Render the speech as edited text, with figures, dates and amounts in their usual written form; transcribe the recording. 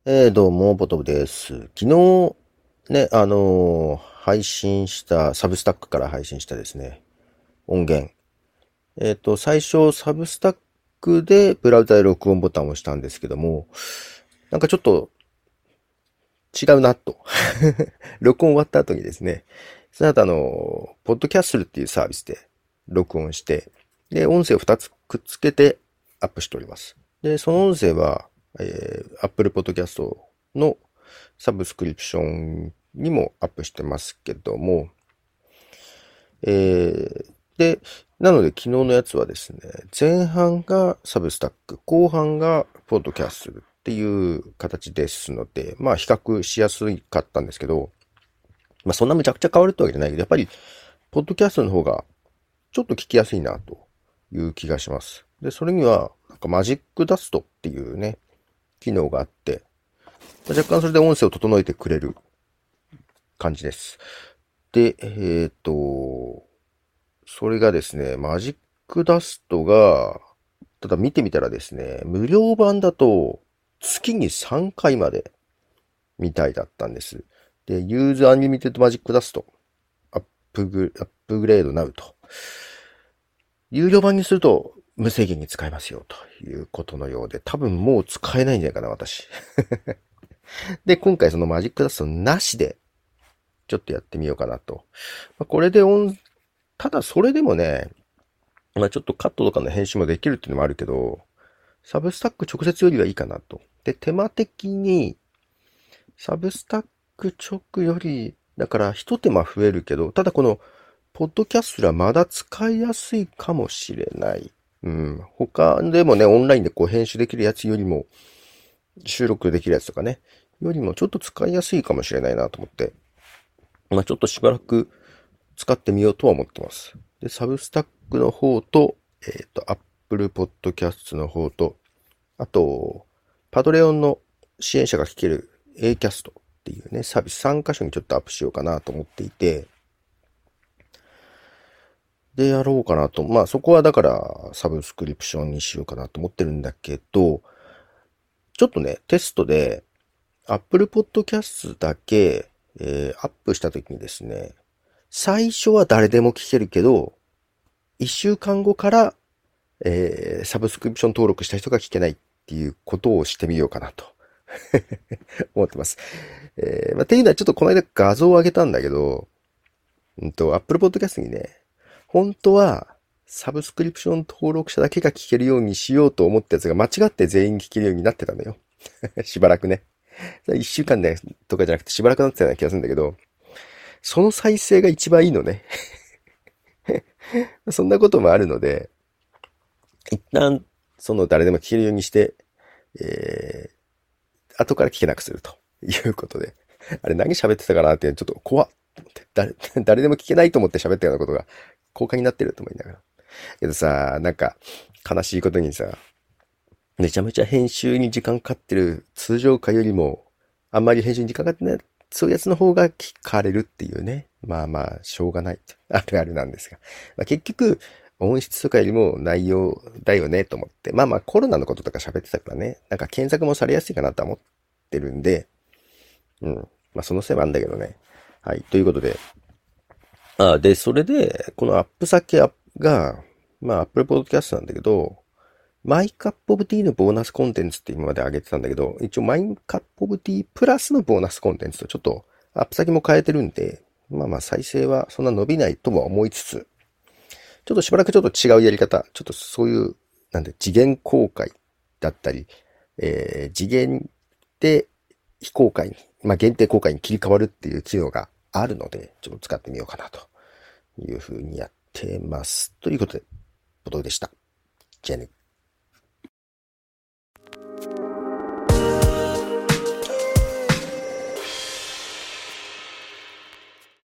どうも、ポトフです。昨日、ね、配信した、サブスタックから配信したですね、音源。最初、サブスタックでブラウザで録音ボタンを押したんですけども、なんかちょっと違うなと。録音終わった後にですね、その後ポッドキャッスルっていうサービスで録音して、で、音声を2つくっつけてアップしております。で、その音声は、Apple Podcast のサブスクリプションにもアップしてますけども、で、なので昨日のやつはですね、前半がサブスタック、後半がポッドキャストっていう形ですので、まあ比較しやすかったんですけど、まあそんなむちゃくちゃ変わるってわけじゃないけど、やっぱり、ポッドキャストの方がちょっと聞きやすいなという気がします。で、それには、なんかマジックダストっていうね、機能があって、若干それで音声を整えてくれる感じです。で、それがですね、マジックダストが、ただ見てみたらですね、無料版だと月に3回までみたいだったんです。で、ユーズアンリミテッドマジックダスト、アップグレードナウと。有料版にすると無制限に使えますよということのようで、多分もう使えないんじゃないかな、私。で、今回そのマジックダストなしで、ちょっとやってみようかなと。これでただそれでもね、ちょっとカットとかの編集もできるっていうのもあるけど、サブスタック直接よりはいいかなと。で、手間的に、サブスタック直より、だから一手間増えるけど、ただこの、ポッドキャストはまだ使いやすいかもしれない。うん。他でもね、オンラインでこう編集できるやつよりも、収録できるやつとかね、よりもちょっと使いやすいかもしれないなと思って、ちょっとしばらく使ってみようとは思ってます。で、サブスタックの方と、Apple Podcast の方と、あと、パドレオンの支援者が聞ける Acast っていうね、サービス3箇所にちょっとアップしようかなと思っていて、で、やろうかなと。そこはだから、サブスクリプションにしようかなと思ってるんだけど、ちょっとね、テストで、Apple Podcast だけ、アップした時にですね、最初は誰でも聞けるけど、1週間後から、サブスクリプション登録した人が聞けないっていうことをしてみようかなと思ってます。っていうのはちょっとこの間画像を上げたんだけど、Apple Podcast にね、本当はサブスクリプション登録者だけが聞けるようにしようと思ったやつが間違って全員聞けるようになってたのよ。しばらくね。一週間ね、とかじゃなくてしばらくなってたような気がするんだけど、その再生が一番いいのね。そんなこともあるので、一旦、その誰でも聞けるようにして、え後から聞けなくするということで。あれ何喋ってたかなってちょっと怖っ。誰でも聞けないと思って喋ったようなことが公開になってると思いながら。けどさ、なんか悲しいことにさ、めちゃめちゃ編集に時間かかってる通常回よりも、あんまり編集に時間かかってない、そういうやつの方が聞かれるっていうね。しょうがない。あるあるなんですが。結局、音質とかよりも内容だよねと思って。コロナのこととか喋ってたからね。なんか検索もされやすいかなと思ってるんで、うん。そのせいもあるんだけどね。はい。ということで。で、それで、このアップ先が、Apple Podcast なんだけど、マイカップオブティーのボーナスコンテンツって今まで上げてたんだけど、一応マイカップオブティープラスのボーナスコンテンツとちょっとアップ先も変えてるんで、再生はそんな伸びないとは思いつつ、ちょっとしばらくちょっと違うやり方、ちょっとそういう、次元公開だったり、次元で非公開に、限定公開に切り替わるっていう機能があるので、ちょっと使ってみようかなというふうにやってます。ということで、ボトルでした。じゃあね。